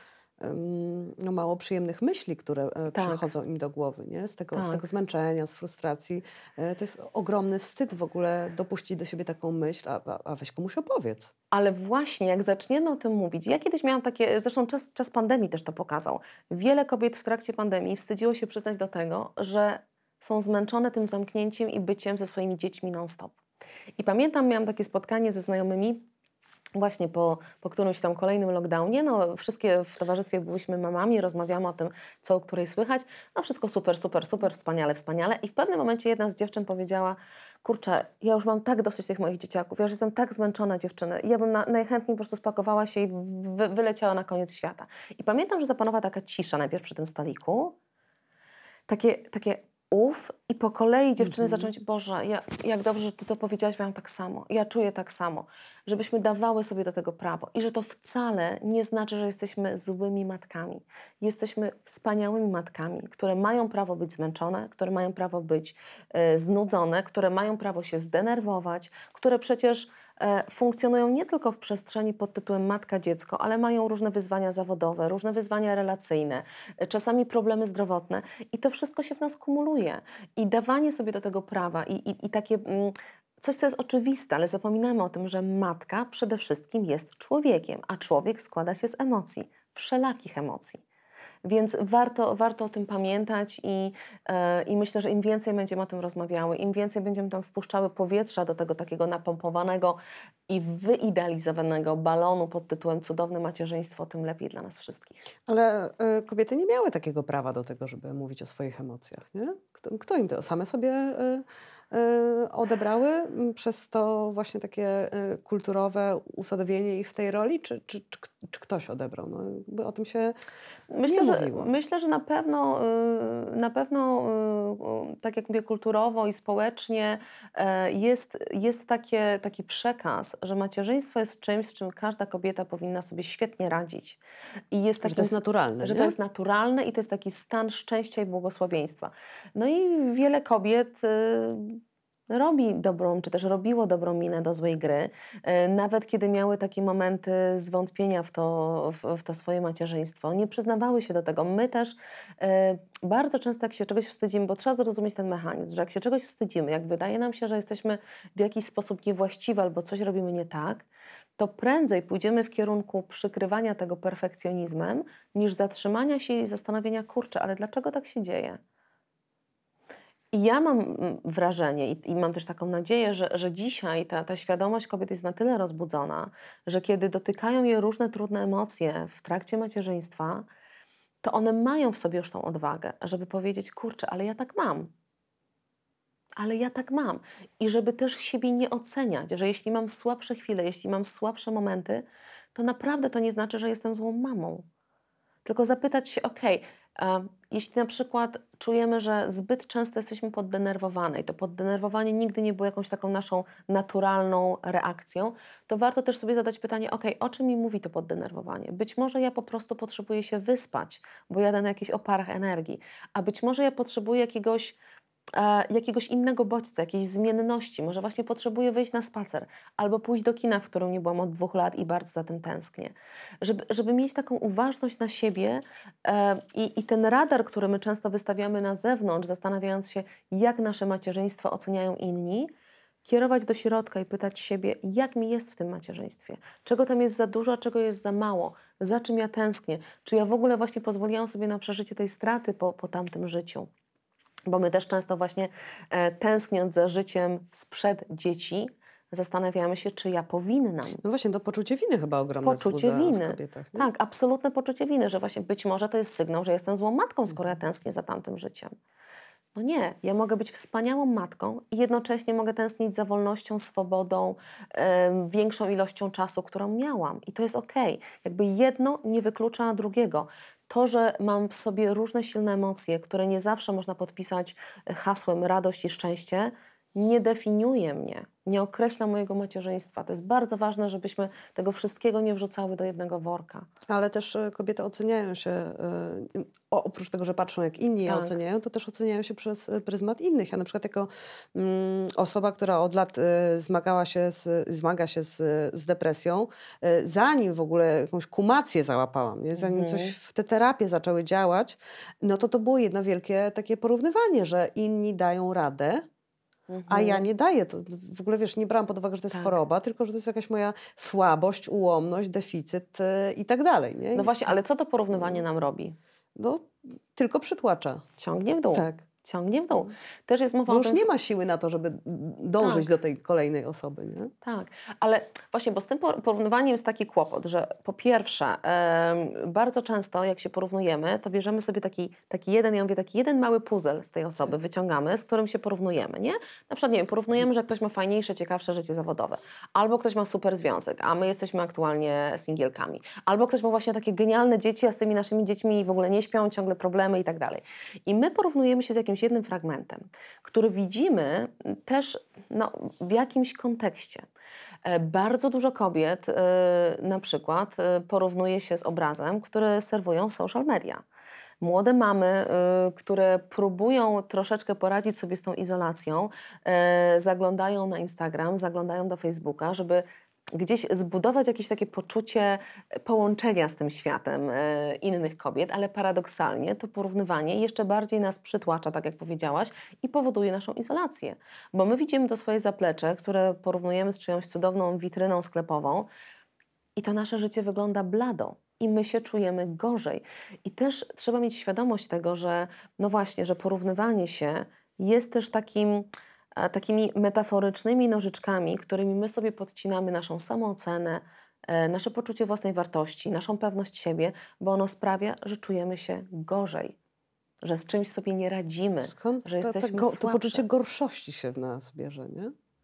no, mało przyjemnych myśli, które przychodzą im do głowy, nie? Z tego zmęczenia, z frustracji. To jest ogromny wstyd w ogóle dopuścić do siebie taką myśl, a weź komuś opowiedz. Ale właśnie jak zaczniemy o tym mówić, ja kiedyś miałam takie, zresztą czas pandemii też to pokazał, wiele kobiet w trakcie pandemii wstydziło się przyznać do tego, że są zmęczone tym zamknięciem i byciem ze swoimi dziećmi non-stop. I pamiętam, miałam takie spotkanie ze znajomymi, właśnie po którymś tam kolejnym lockdownie, no wszystkie w towarzystwie byłyśmy mamami, rozmawiamy o tym, co o której słychać, no wszystko super, super, super, wspaniale, wspaniale i w pewnym momencie jedna z dziewczyn powiedziała: kurczę, ja już mam tak dosyć tych moich dzieciaków, ja już jestem tak zmęczona, dziewczyny, ja bym najchętniej po prostu spakowała się i wyleciała na koniec świata. I pamiętam, że zapanowała taka cisza najpierw przy tym stoliku, takie i po kolei dziewczyny zaczęły mówić: Boże, jak dobrze, że Ty to powiedziałaś, miałam tak samo, ja czuję tak samo, żebyśmy dawały sobie do tego prawo i że to wcale nie znaczy, że jesteśmy złymi matkami. Jesteśmy wspaniałymi matkami, które mają prawo być zmęczone, które mają prawo być znudzone, które mają prawo się zdenerwować, które przecież funkcjonują nie tylko w przestrzeni pod tytułem matka-dziecko, ale mają różne wyzwania zawodowe, różne wyzwania relacyjne, czasami problemy zdrowotne i to wszystko się w nas kumuluje. I dawanie sobie do tego prawa i takie coś, co jest oczywiste, ale zapominamy o tym, że matka przede wszystkim jest człowiekiem, a człowiek składa się z emocji, wszelakich emocji. Więc warto o tym pamiętać i myślę, że im więcej będziemy o tym rozmawiały, im więcej będziemy tam wpuszczały powietrza do tego takiego napompowanego i wyidealizowanego balonu pod tytułem cudowne macierzyństwo, tym lepiej dla nas wszystkich. Ale kobiety nie miały takiego prawa do tego, żeby mówić o swoich emocjach, nie? Kto im to? Same sobie odebrały przez to właśnie takie kulturowe usadowienie ich w tej roli? Czy ktoś odebrał? No, jakby o tym się Myślę, że na pewno, tak jak mówię, kulturowo i społecznie jest taki przekaz, że macierzyństwo jest czymś, z czym każda kobieta powinna sobie świetnie radzić. I jest Że to jest naturalne, że nie? to jest naturalne i to jest taki stan szczęścia i błogosławieństwa. No i wiele kobiet robi dobrą, czy też robiło dobrą minę do złej gry, nawet kiedy miały takie momenty zwątpienia w to swoje macierzyństwo, nie przyznawały się do tego. My też bardzo często, jak się czegoś wstydzimy, bo trzeba zrozumieć ten mechanizm, że jak się czegoś wstydzimy, jak wydaje nam się, że jesteśmy w jakiś sposób niewłaściwe albo coś robimy nie tak, to prędzej pójdziemy w kierunku przykrywania tego perfekcjonizmem, niż zatrzymania się i zastanowienia, kurczę, ale dlaczego tak się dzieje? I ja mam wrażenie i mam też taką nadzieję, że dzisiaj ta świadomość kobiet jest na tyle rozbudzona, że kiedy dotykają je różne trudne emocje w trakcie macierzyństwa, to one mają w sobie już tą odwagę, żeby powiedzieć, kurczę, ale ja tak mam. Ale ja tak mam. I żeby też siebie nie oceniać, że jeśli mam słabsze chwile, jeśli mam słabsze momenty, to naprawdę to nie znaczy, że jestem złą mamą. Tylko zapytać się, jeśli na przykład czujemy, że zbyt często jesteśmy poddenerwowane i to poddenerwowanie nigdy nie było jakąś taką naszą naturalną reakcją, to warto też sobie zadać pytanie, o czym mi mówi to poddenerwowanie? Być może ja po prostu potrzebuję się wyspać, bo jadę na jakichś oparach energii, a być może ja potrzebuję jakiegoś innego bodźca, jakiejś zmienności. Może właśnie potrzebuję wyjść na spacer albo pójść do kina, w którym nie byłam od 2 lat i bardzo za tym tęsknię. Żeby mieć taką uważność na siebie i ten radar, który my często wystawiamy na zewnątrz, zastanawiając się, jak nasze macierzyństwo oceniają inni, kierować do środka i pytać siebie, jak mi jest w tym macierzyństwie, czego tam jest za dużo, a czego jest za mało, za czym ja tęsknię, czy ja w ogóle właśnie pozwoliłam sobie na przeżycie tej straty po tamtym życiu. Bo my też często właśnie tęskniąc za życiem sprzed dzieci, zastanawiamy się, czy ja powinnam. No właśnie, to poczucie winy chyba ogromne Poczucie wzbudza winy. w kobietach. Nie? Tak, absolutne poczucie winy, że właśnie być może to jest sygnał, że jestem złą matką, skoro ja tęsknię za tamtym życiem. No nie, ja mogę być wspaniałą matką i jednocześnie mogę tęsknić za wolnością, swobodą, większą ilością czasu, którą miałam. I to jest okej. Jakby jedno nie wyklucza drugiego. To, że mam w sobie różne silne emocje, które nie zawsze można podpisać hasłem radość i szczęście, nie definiuje mnie, nie określa mojego macierzyństwa. To jest bardzo ważne, żebyśmy tego wszystkiego nie wrzucały do jednego worka. Ale też kobiety oceniają się, oprócz tego, że patrzą jak inni je Tak. oceniają, to też oceniają się przez pryzmat innych. Ja na przykład jako osoba, która od lat zmaga się z depresją, zanim w ogóle jakąś kumację załapałam, nie? Zanim coś w te terapie zaczęły działać, no to było jedno wielkie takie porównywanie, że inni dają radę, a ja nie daję. To w ogóle, wiesz, nie brałam pod uwagę, że to jest Tak. choroba, tylko że to jest jakaś moja słabość, ułomność, deficyt i tak dalej. Nie? No właśnie, ale co to porównywanie nam robi? No, tylko przytłacza. Ciągnie w dół. Tak. Ciągnie w dół. Też jest mowa Bo o już tym... nie ma siły na to, żeby dążyć Tak. do tej kolejnej osoby. Nie? Tak, ale właśnie, bo z tym porównywaniem jest taki kłopot, że po pierwsze, bardzo często jak się porównujemy, to bierzemy sobie taki jeden mały puzzle z tej osoby, wyciągamy, z którym się porównujemy, nie? Na przykład, nie wiem, porównujemy, że ktoś ma fajniejsze, ciekawsze życie zawodowe, albo ktoś ma super związek, a my jesteśmy aktualnie singielkami, albo ktoś ma właśnie takie genialne dzieci, a z tymi naszymi dziećmi w ogóle nie śpią, ciągle problemy i tak dalej. I my porównujemy się z jakimś jednym fragmentem, który widzimy też w jakimś kontekście. Bardzo dużo kobiet na przykład porównuje się z obrazem, który serwują social media. Młode mamy, które próbują troszeczkę poradzić sobie z tą izolacją, zaglądają na Instagram, zaglądają do Facebooka, żeby gdzieś zbudować jakieś takie poczucie połączenia z tym światem innych kobiet, ale paradoksalnie to porównywanie jeszcze bardziej nas przytłacza, tak jak powiedziałaś, i powoduje naszą izolację. Bo my widzimy to swoje zaplecze, które porównujemy z czyjąś cudowną witryną sklepową i to nasze życie wygląda blado i my się czujemy gorzej. I też trzeba mieć świadomość tego, że no właśnie, że porównywanie się jest też takimi metaforycznymi nożyczkami, którymi my sobie podcinamy naszą samoocenę, nasze poczucie własnej wartości, naszą pewność siebie, bo ono sprawia, że czujemy się gorzej, że z czymś sobie nie radzimy, Skąd że jesteśmy to słabsze. poczucie gorszości się w nas bierze, nie?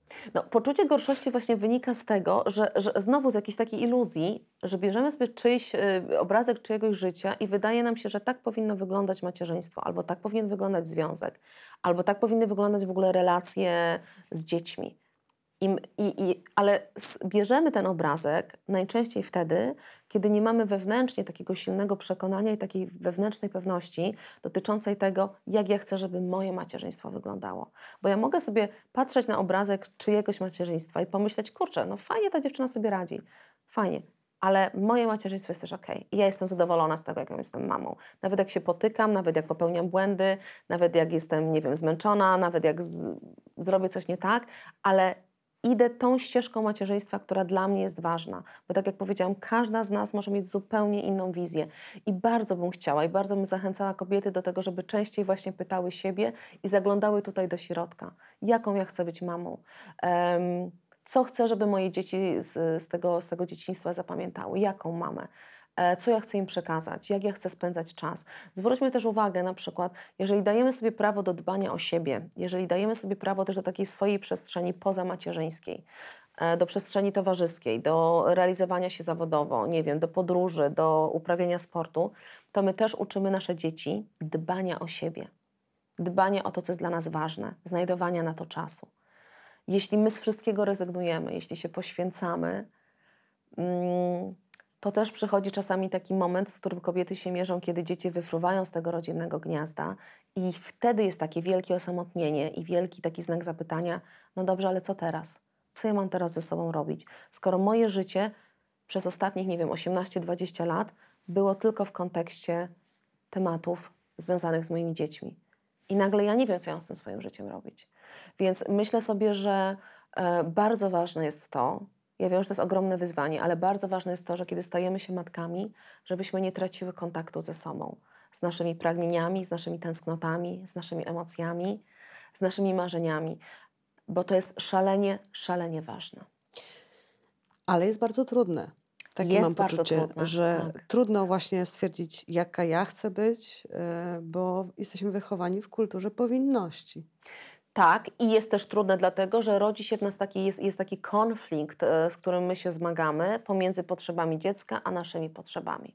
No, poczucie gorszości właśnie wynika z tego, że znowu z jakiejś takiej iluzji, że bierzemy sobie czyjś obrazek czyjegoś życia i wydaje nam się, że tak powinno wyglądać macierzyństwo, albo tak powinien wyglądać związek, albo tak powinny wyglądać w ogóle relacje z dziećmi. Ale bierzemy ten obrazek najczęściej wtedy, kiedy nie mamy wewnętrznie takiego silnego przekonania i takiej wewnętrznej pewności dotyczącej tego, jak ja chcę, żeby moje macierzyństwo wyglądało. Bo ja mogę sobie patrzeć na obrazek czyjegoś macierzyństwa i pomyśleć, kurczę, no fajnie ta dziewczyna sobie radzi, fajnie, ale moje macierzyństwo jest też okej. I ja jestem zadowolona z tego, jaką jestem mamą. Nawet jak się potykam, nawet jak popełniam błędy, nawet jak jestem, nie wiem, zmęczona, nawet jak zrobię coś nie tak, ale idę tą ścieżką macierzyństwa, która dla mnie jest ważna. Bo tak jak powiedziałam, każda z nas może mieć zupełnie inną wizję. I bardzo bym chciała i bardzo bym zachęcała kobiety do tego, żeby częściej właśnie pytały siebie i zaglądały tutaj do środka. Jaką ja chcę być mamą? Co chcę, żeby moje dzieci z tego dzieciństwa zapamiętały? Jaką mamę? Co ja chcę im przekazać, jak ja chcę spędzać czas. Zwróćmy też uwagę na przykład, jeżeli dajemy sobie prawo do dbania o siebie, jeżeli dajemy sobie prawo też do takiej swojej przestrzeni pozamacierzyńskiej, do przestrzeni towarzyskiej, do realizowania się zawodowo, nie wiem, do podróży, do uprawiania sportu, to my też uczymy nasze dzieci dbania o siebie, dbania o to, co jest dla nas ważne, znajdowania na to czasu. Jeśli my z wszystkiego rezygnujemy, jeśli się poświęcamy, to też przychodzi czasami taki moment, z którym kobiety się mierzą, kiedy dzieci wyfruwają z tego rodzinnego gniazda i wtedy jest takie wielkie osamotnienie i wielki taki znak zapytania, no dobrze, ale co teraz? Co ja mam teraz ze sobą robić? Skoro moje życie przez ostatnich, nie wiem, 18-20 lat było tylko w kontekście tematów związanych z moimi dziećmi. I nagle ja nie wiem, co ja mam z tym swoim życiem robić. Więc myślę sobie, że bardzo ważne jest to, ja wiem, że to jest ogromne wyzwanie, ale bardzo ważne jest to, że kiedy stajemy się matkami, żebyśmy nie traciły kontaktu ze sobą, z naszymi pragnieniami, z naszymi tęsknotami, z naszymi emocjami, z naszymi marzeniami, bo to jest szalenie, szalenie ważne. Ale jest bardzo trudne. Takie Jest mam bardzo poczucie, trudne, że tak. trudno właśnie stwierdzić, jaka ja chcę być, bo jesteśmy wychowani w kulturze powinności. Tak, i jest też trudne dlatego, że rodzi się w nas jest taki konflikt, z którym my się zmagamy pomiędzy potrzebami dziecka a naszymi potrzebami.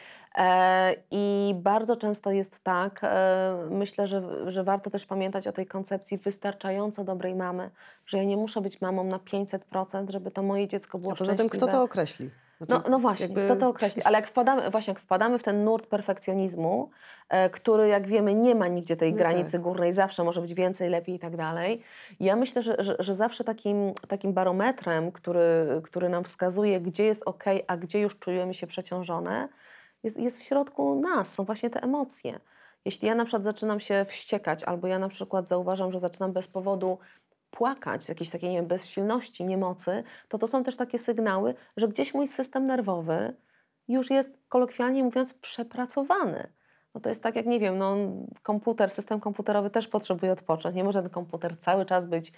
I bardzo często jest tak, myślę, że warto też pamiętać o tej koncepcji wystarczająco dobrej mamy, że ja nie muszę być mamą na 500%, żeby to moje dziecko było A poza tym, szczęśliwe. kto to określi? Znaczy, No właśnie, kto to określi? Ale jak wpadamy w ten nurt perfekcjonizmu, który jak wiemy nie ma nigdzie tej No granicy tak. górnej, zawsze może być więcej, lepiej i tak dalej. Ja myślę, że zawsze takim barometrem, który nam wskazuje, gdzie jest okej, a gdzie już czujemy się przeciążone, jest w środku nas, są właśnie te emocje. Jeśli ja na przykład zaczynam się wściekać, albo ja na przykład zauważam, że zaczynam bez powodu płakać z jakiejś takiej, nie wiem, bezsilności, niemocy, to są też takie sygnały, że gdzieś mój system nerwowy już jest, kolokwialnie mówiąc, przepracowany. No to jest tak jak, nie wiem, no, system komputerowy też potrzebuje odpocząć. Nie może ten komputer cały czas być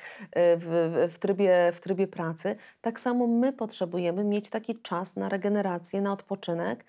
w trybie pracy. Tak samo my potrzebujemy mieć taki czas na regenerację, na odpoczynek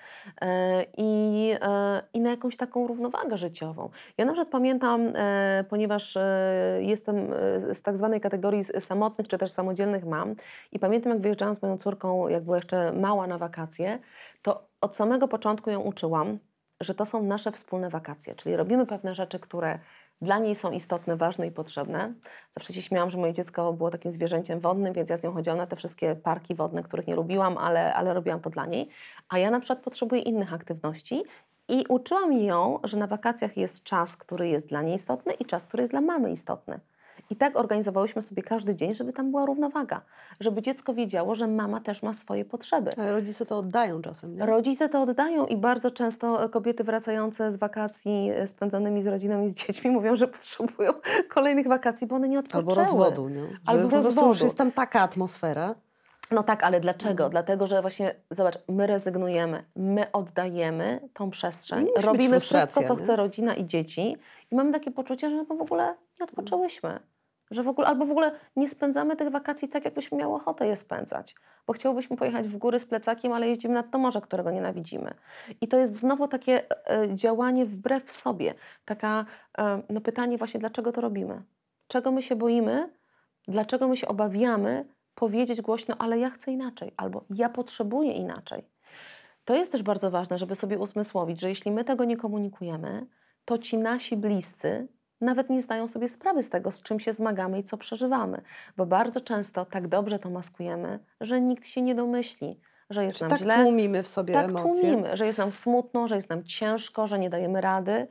i na jakąś taką równowagę życiową. Ja na przykład pamiętam, ponieważ jestem z tak zwanej kategorii samotnych czy też samodzielnych mam i pamiętam, jak wyjeżdżałam z moją córką, jak była jeszcze mała, na wakacje, to od samego początku ją uczyłam, że to są nasze wspólne wakacje, czyli robimy pewne rzeczy, które dla niej są istotne, ważne i potrzebne. Zawsze się śmiałam, że moje dziecko było takim zwierzęciem wodnym, więc ja z nią chodziłam na te wszystkie parki wodne, których nie lubiłam, ale robiłam to dla niej. A ja na przykład potrzebuję innych aktywności i uczyłam ją, że na wakacjach jest czas, który jest dla niej istotny i czas, który jest dla mamy istotny. I tak organizowałyśmy sobie każdy dzień, żeby tam była równowaga. Żeby dziecko wiedziało, że mama też ma swoje potrzeby. Ale rodzice to oddają czasem, nie? Rodzice to oddają i bardzo często kobiety wracające z wakacji spędzonymi z rodziną i z dziećmi mówią, że potrzebują kolejnych wakacji, bo one nie odpoczęły. Albo rozwodu, nie? Albo że po prostu rozwodu. już jest tam taka atmosfera. No tak, ale dlaczego? Dlatego, że właśnie, zobacz, my rezygnujemy, my oddajemy tą przestrzeń, I musi być robimy wszystko, frustracja, co nie? chce rodzina i dzieci i mamy takie poczucie, że w ogóle nie odpoczęłyśmy. Że albo w ogóle nie spędzamy tych wakacji tak, jakbyśmy miały ochotę je spędzać. Bo chciałybyśmy pojechać w góry z plecakiem, ale jeździmy nad to morze, którego nienawidzimy. I to jest znowu takie działanie wbrew sobie. No pytanie właśnie, dlaczego to robimy? Czego my się boimy? Dlaczego my się obawiamy powiedzieć głośno, ale ja chcę inaczej, albo ja potrzebuję inaczej. To jest też bardzo ważne, żeby sobie uzmysłowić, że jeśli my tego nie komunikujemy, to ci nasi bliscy nawet nie zdają sobie sprawy z tego, z czym się zmagamy i co przeżywamy. Bo bardzo często tak dobrze to maskujemy, że nikt się nie domyśli, że jest Czy nam tak źle. tłumimy w sobie Tak emocje? tłumimy, że jest nam smutno, że jest nam ciężko, że nie dajemy rady.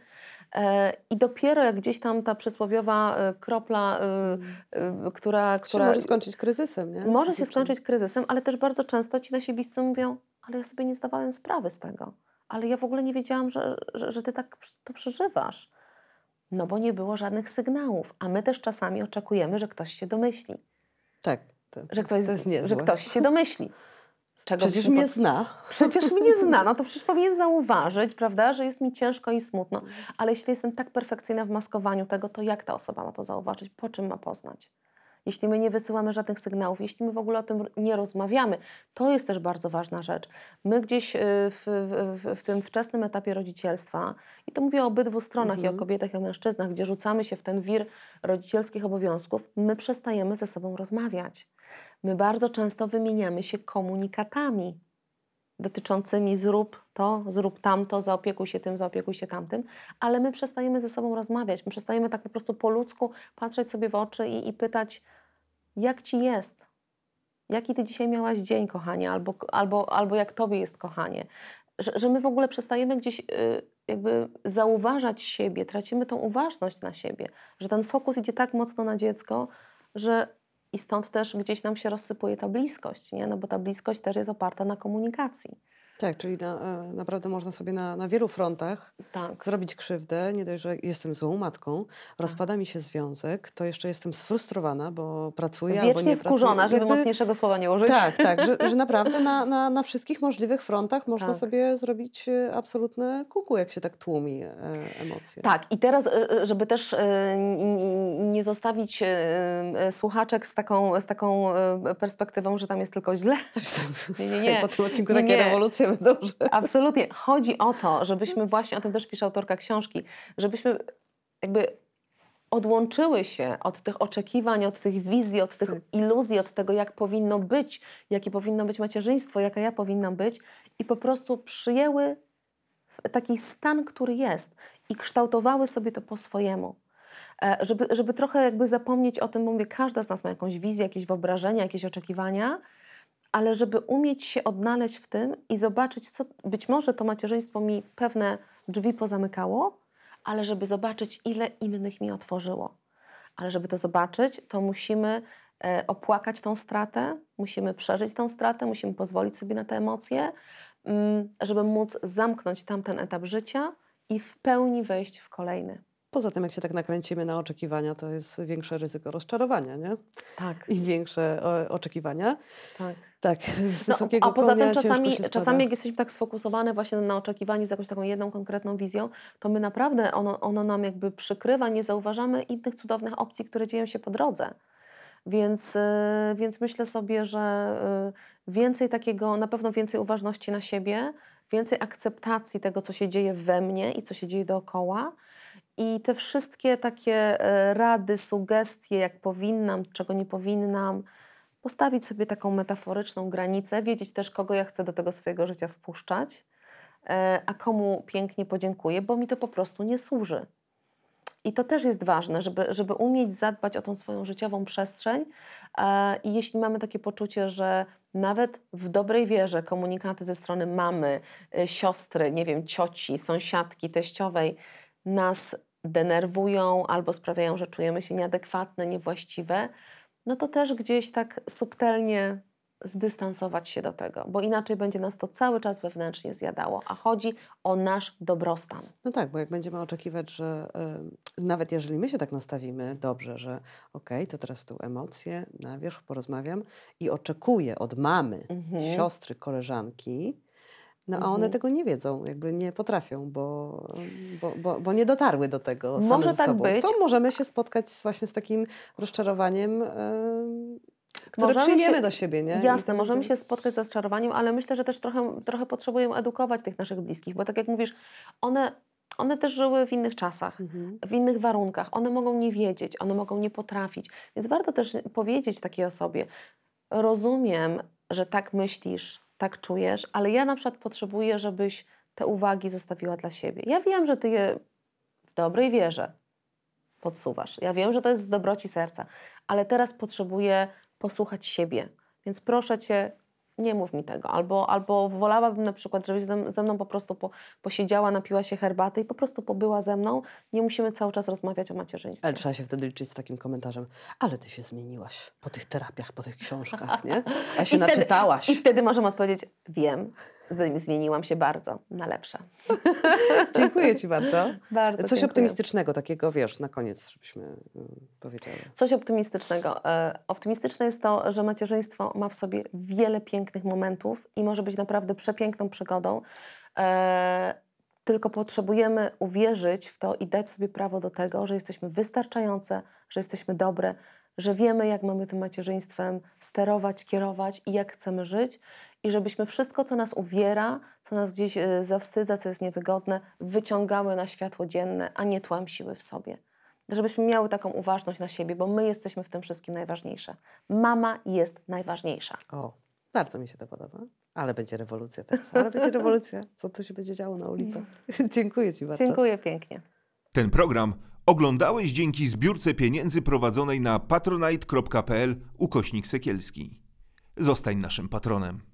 I dopiero jak gdzieś tam ta przysłowiowa kropla, która Się może skończyć kryzysem, nie? może się Psychicznym. skończyć kryzysem, ale też bardzo często ci nasi bliscy mówią, ale ja sobie nie zdawałem sprawy z tego. Ale ja w ogóle nie wiedziałam, że ty tak to przeżywasz. No bo nie było żadnych sygnałów, a my też czasami oczekujemy, że ktoś się domyśli. Tak, to jest niezłe. Że ktoś się domyśli. Czego Przecież byśmy mnie zna. Przecież mnie zna, no to przecież powinien zauważyć, prawda, że jest mi ciężko i smutno. Ale jeśli jestem tak perfekcyjna w maskowaniu tego, to jak ta osoba ma to zauważyć? Po czym ma poznać? Jeśli my nie wysyłamy żadnych sygnałów, jeśli my w ogóle o tym nie rozmawiamy, to jest też bardzo ważna rzecz. My gdzieś w tym wczesnym etapie rodzicielstwa, i to mówię o obydwu stronach, i o kobietach, i o mężczyznach, gdzie rzucamy się w ten wir rodzicielskich obowiązków, my przestajemy ze sobą rozmawiać. My bardzo często wymieniamy się komunikatami dotyczącymi zrób to, zrób tamto, zaopiekuj się tym, zaopiekuj się tamtym, ale my przestajemy ze sobą rozmawiać, my przestajemy tak po prostu po ludzku patrzeć sobie w oczy i pytać, jak ci jest? Jaki ty dzisiaj miałaś dzień, kochanie? Albo jak tobie jest, kochanie? Że my w ogóle przestajemy gdzieś jakby zauważać siebie, tracimy tą uważność na siebie, że ten fokus idzie tak mocno na dziecko, że i stąd też gdzieś nam się rozsypuje ta bliskość, nie? No bo ta bliskość też jest oparta na komunikacji. Tak, czyli naprawdę można sobie na wielu frontach Tak. zrobić krzywdę. Nie dość, że jestem złą matką, rozpada mi się związek, to jeszcze jestem sfrustrowana, bo pracuję albo Wiecznie nie wkurzona, pracuję. żeby mocniejszego słowa nie użyć. Tak, że naprawdę na wszystkich możliwych frontach można Tak. sobie zrobić absolutne kuku, jak się tak tłumi emocje. Tak, i teraz, żeby też nie zostawić słuchaczek z taką perspektywą, że tam jest tylko źle. Nie. Po tym odcinku takie rewolucje będą, że... Absolutnie. Chodzi o to, żebyśmy właśnie, o tym też pisze autorka książki, żebyśmy jakby odłączyły się od tych oczekiwań, od tych wizji, od tych iluzji, od tego, jak powinno być, jakie powinno być macierzyństwo, jaka ja powinnam być i po prostu przyjęły taki stan, który jest i kształtowały sobie to po swojemu. Żeby trochę jakby zapomnieć o tym, bo mówię, każda z nas ma jakąś wizję, jakieś wyobrażenia, jakieś oczekiwania, ale żeby umieć się odnaleźć w tym i zobaczyć, co być może to macierzyństwo mi pewne drzwi pozamykało, ale żeby zobaczyć, ile innych mi otworzyło. Ale żeby to zobaczyć, to musimy opłakać tą stratę, musimy przeżyć tą stratę, musimy pozwolić sobie na te emocje, żeby móc zamknąć tamten etap życia i w pełni wejść w kolejny. Poza tym, jak się tak nakręcimy na oczekiwania, to jest większe ryzyko rozczarowania, nie? Tak. I większe oczekiwania. Tak. Tak, z wysokiego a poza tym konia czasami jak jesteśmy tak sfokusowane właśnie na oczekiwaniu z jakąś taką jedną konkretną wizją, to my naprawdę, ono nam jakby przykrywa, nie zauważamy innych cudownych opcji, które dzieją się po drodze. Więc myślę sobie, że więcej takiego, na pewno więcej uważności na siebie, więcej akceptacji tego, co się dzieje we mnie i co się dzieje dookoła. I te wszystkie takie rady, sugestie, jak powinnam, czego nie powinnam, postawić sobie taką metaforyczną granicę, wiedzieć też, kogo ja chcę do tego swojego życia wpuszczać, a komu pięknie podziękuję, bo mi to po prostu nie służy. I to też jest ważne, żeby umieć zadbać o tą swoją życiową przestrzeń. I jeśli mamy takie poczucie, że nawet w dobrej wierze komunikaty ze strony mamy, siostry, nie wiem, cioci, sąsiadki, teściowej nas denerwują albo sprawiają, że czujemy się nieadekwatne, niewłaściwe, no to też gdzieś tak subtelnie zdystansować się do tego, bo inaczej będzie nas to cały czas wewnętrznie zjadało, a chodzi o nasz dobrostan. No tak, bo jak będziemy oczekiwać, że nawet jeżeli my się tak nastawimy dobrze, że okej, to teraz tu emocje, na wierzch porozmawiam i oczekuję od mamy, siostry, koleżanki, no a one tego nie wiedzą, jakby nie potrafią, bo nie dotarły do tego same Może ze tak sobą. być. To możemy się spotkać właśnie z takim rozczarowaniem, które przyjmiemy do siebie, nie? Jasne, możemy się spotkać z rozczarowaniem, ale myślę, że też trochę potrzebujemy edukować tych naszych bliskich, bo tak jak mówisz, One też żyły w innych czasach, w innych warunkach. One mogą nie wiedzieć, one mogą nie potrafić. Więc warto też powiedzieć takiej osobie, rozumiem, że tak myślisz, tak czujesz, ale ja na przykład potrzebuję, żebyś te uwagi zostawiła dla siebie. Ja wiem, że ty je w dobrej wierze podsuwasz. Ja wiem, że to jest z dobroci serca, ale teraz potrzebuję posłuchać siebie. Więc proszę cię, nie mów mi tego. Albo wolałabym na przykład, żebyś ze mną po prostu posiedziała, napiła się herbaty i po prostu pobyła ze mną. Nie musimy cały czas rozmawiać o macierzyństwie. Ale trzeba się wtedy liczyć z takim komentarzem, ale ty się zmieniłaś po tych terapiach, po tych książkach, nie? A się naczytałaś. I wtedy możemy odpowiedzieć, wiem, zmieniłam się bardzo na lepsze. Dziękuję ci bardzo. Bardzo Coś dziękuję. optymistycznego takiego, wiesz, na koniec, żebyśmy powiedziały. Coś optymistycznego. Optymistyczne jest to, że macierzyństwo ma w sobie wiele pięknych momentów i może być naprawdę przepiękną przygodą. Tylko potrzebujemy uwierzyć w to i dać sobie prawo do tego, że jesteśmy wystarczające, że jesteśmy dobre, że wiemy, jak mamy tym macierzyństwem sterować, kierować i jak chcemy żyć. I żebyśmy wszystko, co nas uwiera, co nas gdzieś zawstydza, co jest niewygodne, wyciągały na światło dzienne, a nie tłamsiły w sobie. Żebyśmy miały taką uważność na siebie, bo my jesteśmy w tym wszystkim najważniejsze. Mama jest najważniejsza. O, bardzo mi się to podoba. Ale będzie rewolucja teraz. Ale będzie rewolucja. Co tu się będzie działo na ulicach? Dziękuję ci bardzo. Dziękuję pięknie. Ten program oglądałeś dzięki zbiórce pieniędzy prowadzonej na patronite.pl/Sekielski. Zostań naszym patronem.